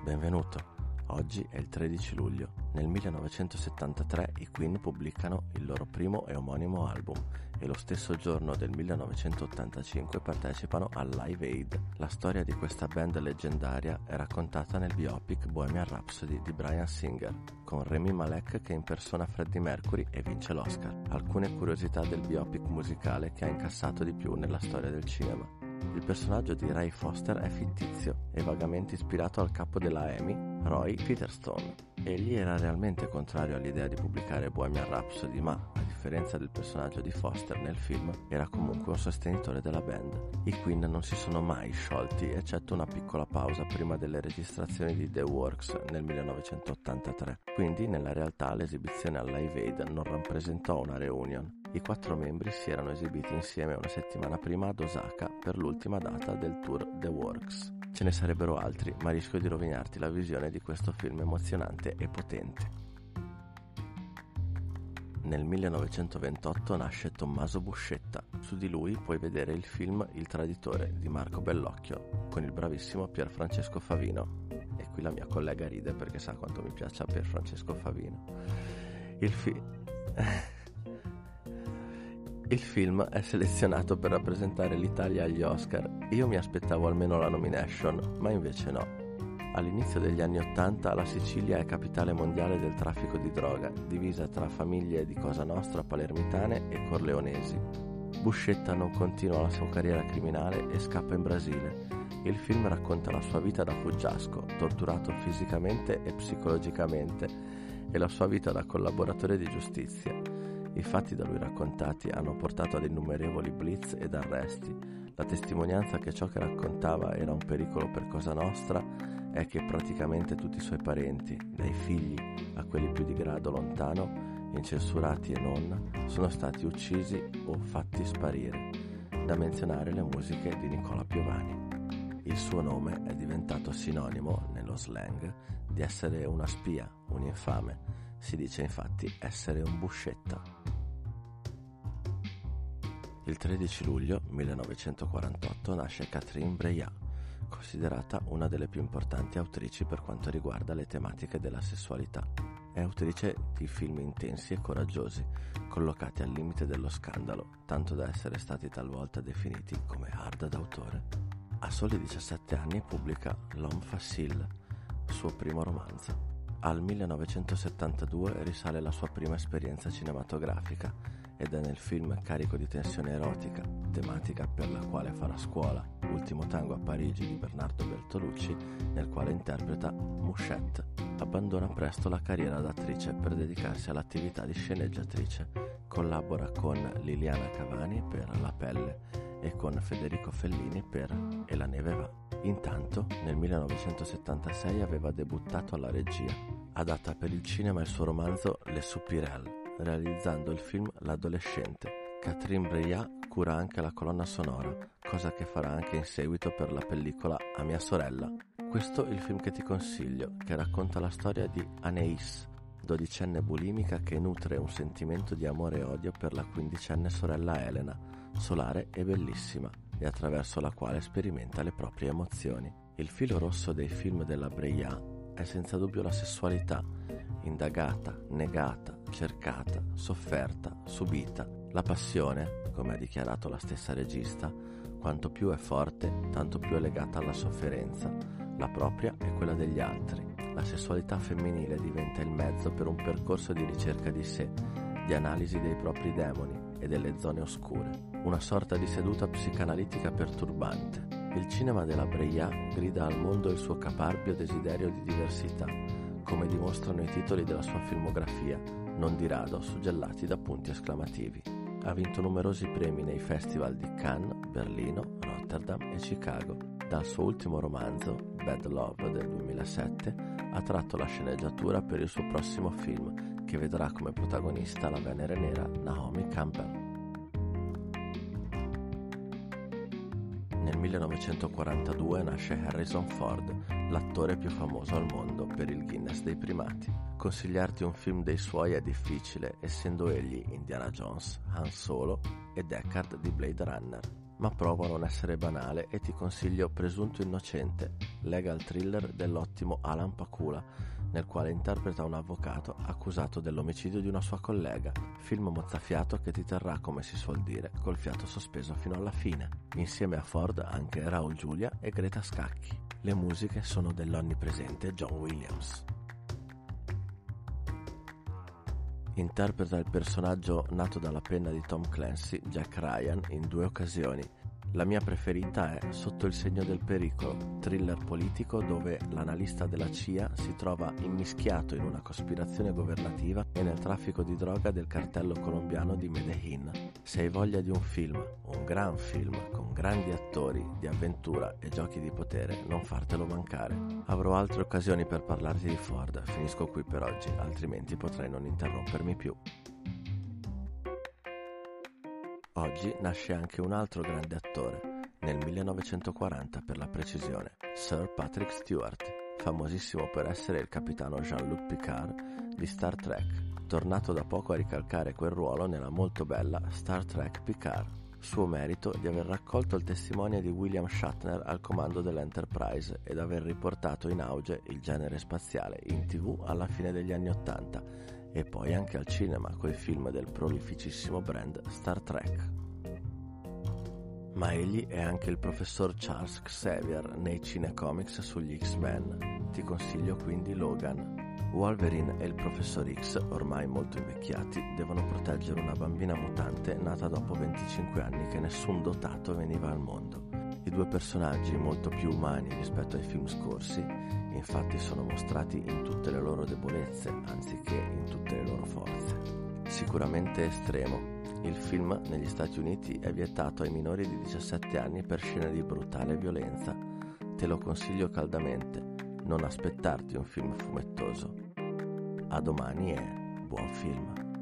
Benvenuto. Oggi è il 13 luglio. Nel 1973 i Queen pubblicano il loro primo e omonimo album e lo stesso giorno del 1985 partecipano al Live Aid. La storia di questa band leggendaria è raccontata nel biopic Bohemian Rhapsody di Bryan Singer, con Rami Malek che impersona Freddie Mercury e vince l'Oscar. Alcune curiosità del biopic musicale che ha incassato di più nella storia del cinema. Il personaggio di Ray Foster è fittizio e vagamente ispirato al capo della EMI, Roy Peterstone. Egli era realmente contrario all'idea di pubblicare Bohemian Rhapsody, ma, a differenza del personaggio di Foster nel film, era comunque un sostenitore della band. I Queen non si sono mai sciolti, eccetto una piccola pausa prima delle registrazioni di The Works nel 1983. Quindi, nella realtà, l'esibizione al Live Aid non rappresentò una reunion. I 4 membri si erano esibiti insieme una settimana prima ad Osaka per l'ultima data del tour The Works. Ce ne sarebbero altri, ma rischio di rovinarti la visione di questo film emozionante e potente. Nel 1928 nasce Tommaso Buscetta. Su di lui puoi vedere il film Il traditore di Marco Bellocchio con il bravissimo Pierfrancesco Favino. E qui la mia collega ride perché sa quanto mi piaccia Pierfrancesco Favino. Il film è selezionato per rappresentare l'Italia agli Oscar. Io mi aspettavo almeno la nomination, ma invece no. All'inizio degli anni '80 la Sicilia è capitale mondiale del traffico di droga, divisa tra famiglie di Cosa Nostra palermitane e corleonesi. Buscetta non continua la sua carriera criminale e scappa in Brasile. Il film racconta la sua vita da fuggiasco, torturato fisicamente e psicologicamente, e la sua vita da collaboratore di giustizia. I fatti da lui raccontati hanno portato ad innumerevoli blitz ed arresti. La testimonianza che ciò che raccontava era un pericolo per Cosa Nostra è che praticamente tutti i suoi parenti, dai figli a quelli più di grado lontano, incensurati e non, sono stati uccisi o fatti sparire. Da menzionare le musiche di Nicola Piovani. Il suo nome è diventato sinonimo, nello slang, di essere una spia, un infame. Si dice infatti essere un Buscetta. Il 13 luglio 1948 nasce Catherine Breillat, considerata una delle più importanti autrici per quanto riguarda le tematiche della sessualità. È autrice di film intensi e coraggiosi, collocati al limite dello scandalo, tanto da essere stati talvolta definiti come hard d'autore. A soli 17 anni pubblica L'Homme Facile, suo primo romanzo. Al 1972 risale la sua prima esperienza cinematografica ed è nel film carico di tensione erotica, tematica per la quale farà scuola, Ultimo tango a Parigi di Bernardo Bertolucci, nel quale interpreta Mouchette. Abbandona presto la carriera d'attrice per dedicarsi all'attività di sceneggiatrice. Collabora con Liliana Cavani per La Pelle e con Federico Fellini per E la neve va. Intanto, nel 1976 aveva debuttato alla regia. Adatta per il cinema il suo romanzo Le Soupirelles, realizzando il film L'adolescente. Catherine Breillat cura anche la colonna sonora, cosa che farà anche in seguito per la pellicola A mia sorella. Questo è il film che ti consiglio, che racconta la storia di Anaïs, dodicenne bulimica che nutre un sentimento di amore e odio per la quindicenne sorella Elena, solare e bellissima, e attraverso la quale sperimenta le proprie emozioni. Il filo rosso dei film della Breillat è senza dubbio la sessualità, indagata, negata, cercata, sofferta, subita. La passione, come ha dichiarato la stessa regista, quanto più è forte, tanto più è legata alla sofferenza, la propria e quella degli altri. La sessualità femminile diventa il mezzo per un percorso di ricerca di sé, di analisi dei propri demoni e delle zone oscure, una sorta di seduta psicanalitica perturbante. Il cinema della Breillat grida al mondo il suo caparbio desiderio di diversità, come dimostrano i titoli della sua filmografia, non di rado suggellati da punti esclamativi. Ha vinto numerosi premi nei festival di Cannes, Berlino, Rotterdam e Chicago. Dal suo ultimo romanzo, Bad Love del 2007, ha tratto la sceneggiatura per il suo prossimo film, che vedrà come protagonista la Venere Nera Naomi Campbell. Nel 1942 nasce Harrison Ford, l'attore più famoso al mondo per il Guinness dei primati. Consigliarti un film dei suoi è difficile, essendo egli Indiana Jones, Han Solo e Deckard di Blade Runner. ma provo a non essere banale e ti consiglio Presunto Innocente, legal thriller dell'ottimo Alan Pakula, nel quale interpreta un avvocato accusato dell'omicidio di una sua collega, film mozzafiato che ti terrà, come si suol dire, col fiato sospeso fino alla fine. Insieme a Ford anche Raul Julia e Greta Scacchi. Le musiche sono dell'onnipresente John Williams. Interpreta il personaggio nato dalla penna di Tom Clancy, Jack Ryan, in 2 occasioni. La mia preferita è Sotto il segno del pericolo, thriller politico dove l'analista della CIA si trova immischiato in una cospirazione governativa e nel traffico di droga del cartello colombiano di Medellin. Se hai voglia di un film, un gran film, con grandi attori, di avventura e giochi di potere, non fartelo mancare. Avrò altre occasioni per parlarti di Ford, finisco qui per oggi, altrimenti potrei non interrompermi più. Oggi nasce anche un altro grande attore, nel 1940 per la precisione, Sir Patrick Stewart, famosissimo per essere il capitano Jean-Luc Picard di Star Trek, tornato da poco a ricalcare quel ruolo nella molto bella Star Trek Picard. Suo merito di aver raccolto il testimone di William Shatner al comando dell'Enterprise ed aver riportato in auge il genere spaziale in TV alla fine degli anni '80 e poi anche al cinema coi film del prolificissimo brand Star Trek. Ma egli è anche il professor Charles Xavier nei cinecomics sugli X-Men. Ti consiglio quindi Logan. Wolverine e il professor X, ormai molto invecchiati, devono proteggere una bambina mutante nata dopo 25 anni che nessun dotato veniva al mondo. I 2 personaggi, molto più umani rispetto ai film scorsi, infatti sono mostrati in tutte le loro debolezze, anziché in tutte le loro forze. Sicuramente estremo. Il film negli Stati Uniti è vietato ai minori di 17 anni per scene di brutale violenza. Te lo consiglio caldamente, non aspettarti un film fumettoso. A domani e buon film.